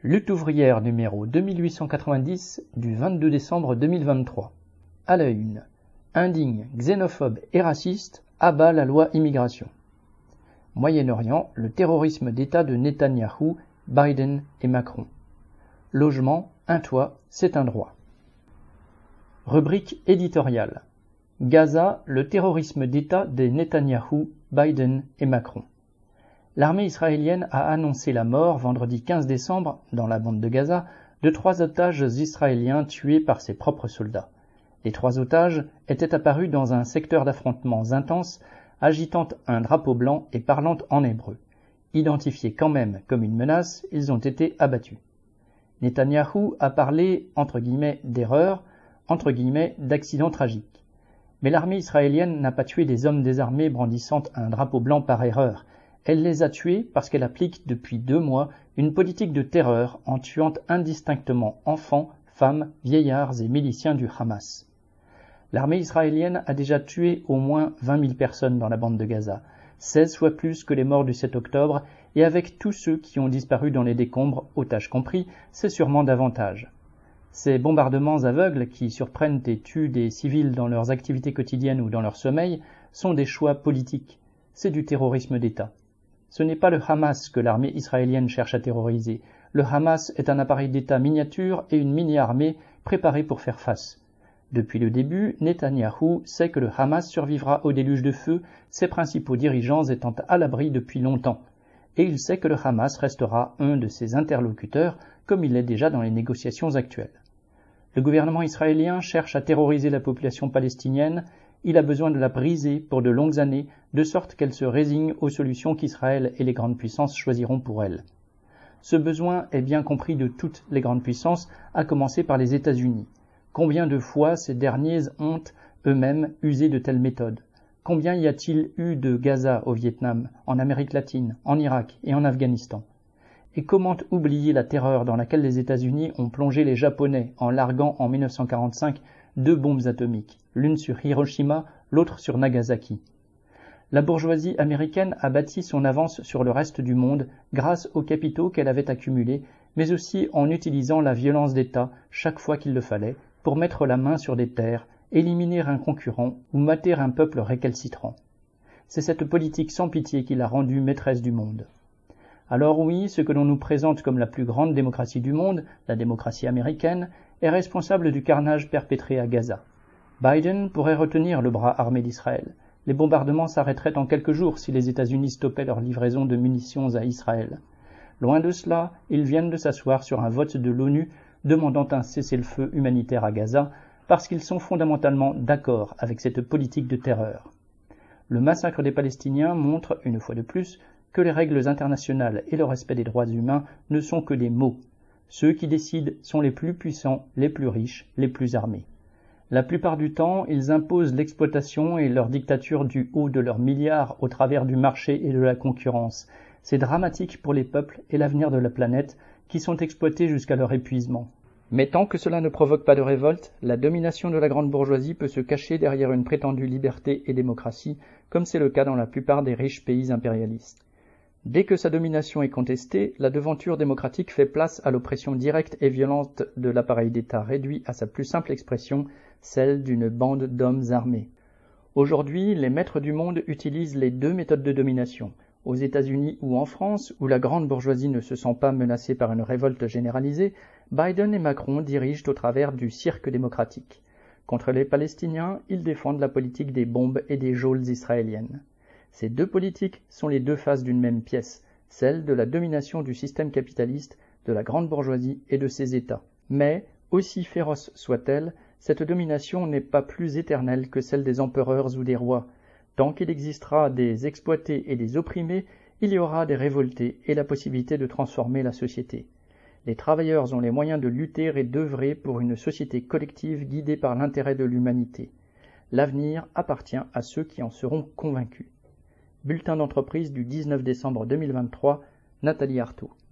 Lutte ouvrière numéro 2890 du 22 décembre 2023. À la une. Indigne, xénophobe et raciste, abat la loi immigration. Moyen-Orient, le terrorisme d'État de Netanyahou, Biden et Macron. Logement, un toit, c'est un droit. Rubrique éditoriale. Gaza, le terrorisme d'État des Netanyahou, Biden et Macron. L'armée israélienne a annoncé la mort vendredi 15 décembre, dans la bande de Gaza, de 3 otages israéliens tués par ses propres soldats. Les 3 otages étaient apparus dans un secteur d'affrontements intenses, agitant un drapeau blanc et parlant en hébreu. Identifiés quand même comme une menace, ils ont été abattus. Netanyahou a parlé, entre guillemets, d'erreur, entre guillemets, d'accident tragique. Mais l'armée israélienne n'a pas tué des hommes désarmés brandissant un drapeau blanc par erreur. Elle les a tués parce qu'elle applique depuis 2 mois une politique de terreur en tuant indistinctement enfants, femmes, vieillards et miliciens du Hamas. L'armée israélienne a déjà tué au moins 20 000 personnes dans la bande de Gaza, 16 fois plus que les morts du 7 octobre, et avec tous ceux qui ont disparu dans les décombres, otages compris, c'est sûrement davantage. Ces bombardements aveugles qui surprennent et tuent des civils dans leurs activités quotidiennes ou dans leur sommeil sont des choix politiques. C'est du terrorisme d'État. Ce n'est pas le Hamas que l'armée israélienne cherche à terroriser. Le Hamas est un appareil d'État miniature et une mini-armée préparée pour faire face. Depuis le début, Netanyahou sait que le Hamas survivra au déluge de feu, ses principaux dirigeants étant à l'abri depuis longtemps. Et il sait que le Hamas restera un de ses interlocuteurs, comme il l'est déjà dans les négociations actuelles. Le gouvernement israélien cherche à terroriser la population palestinienne. Il a besoin de la briser pour de longues années, de sorte qu'elle se résigne aux solutions qu'Israël et les grandes puissances choisiront pour elle. Ce besoin est bien compris de toutes les grandes puissances, à commencer par les États-Unis. Combien de fois ces derniers ont eux-mêmes usé de telles méthodes? Combien y a-t-il eu de Gaza au Vietnam, en Amérique latine, en Irak et en Afghanistan? Et comment oublier la terreur dans laquelle les États-Unis ont plongé les Japonais en larguant en 1945 2 bombes atomiques, l'une sur Hiroshima, l'autre sur Nagasaki. La bourgeoisie américaine a bâti son avance sur le reste du monde grâce aux capitaux qu'elle avait accumulés, mais aussi en utilisant la violence d'État chaque fois qu'il le fallait pour mettre la main sur des terres, éliminer un concurrent ou mater un peuple récalcitrant. C'est cette politique sans pitié qui l'a rendue maîtresse du monde. Alors oui, ce que l'on nous présente comme la plus grande démocratie du monde, la démocratie américaine, est responsable du carnage perpétré à Gaza. Biden pourrait retenir le bras armé d'Israël. Les bombardements s'arrêteraient en quelques jours si les États-Unis stoppaient leur livraison de munitions à Israël. Loin de cela, ils viennent de s'asseoir sur un vote de l'ONU demandant un cessez-le-feu humanitaire à Gaza parce qu'ils sont fondamentalement d'accord avec cette politique de terreur. Le massacre des Palestiniens montre, une fois de plus, que les règles internationales et le respect des droits humains ne sont que des mots. Ceux qui décident sont les plus puissants, les plus riches, les plus armés. La plupart du temps, ils imposent l'exploitation et leur dictature du haut de leurs milliards au travers du marché et de la concurrence. C'est dramatique pour les peuples et l'avenir de la planète qui sont exploités jusqu'à leur épuisement. Mais tant que cela ne provoque pas de révolte, la domination de la grande bourgeoisie peut se cacher derrière une prétendue liberté et démocratie, comme c'est le cas dans la plupart des riches pays impérialistes. Dès que sa domination est contestée, la devanture démocratique fait place à l'oppression directe et violente de l'appareil d'État réduit à sa plus simple expression, celle d'une bande d'hommes armés. Aujourd'hui, les maîtres du monde utilisent les 2 méthodes de domination. Aux États-Unis ou en France, où la grande bourgeoisie ne se sent pas menacée par une révolte généralisée, Biden et Macron dirigent au travers du cirque démocratique. Contre les Palestiniens, ils défendent la politique des bombes et des geôles israéliennes. Ces 2 politiques sont les 2 faces d'une même pièce, celle de la domination du système capitaliste, de la grande bourgeoisie et de ses États. Mais, aussi féroce soit-elle, cette domination n'est pas plus éternelle que celle des empereurs ou des rois. Tant qu'il existera des exploités et des opprimés, il y aura des révoltés et la possibilité de transformer la société. Les travailleurs ont les moyens de lutter et d'œuvrer pour une société collective guidée par l'intérêt de l'humanité. L'avenir appartient à ceux qui en seront convaincus. Bulletin d'entreprise du 19 décembre 2023, Nathalie Arthaud.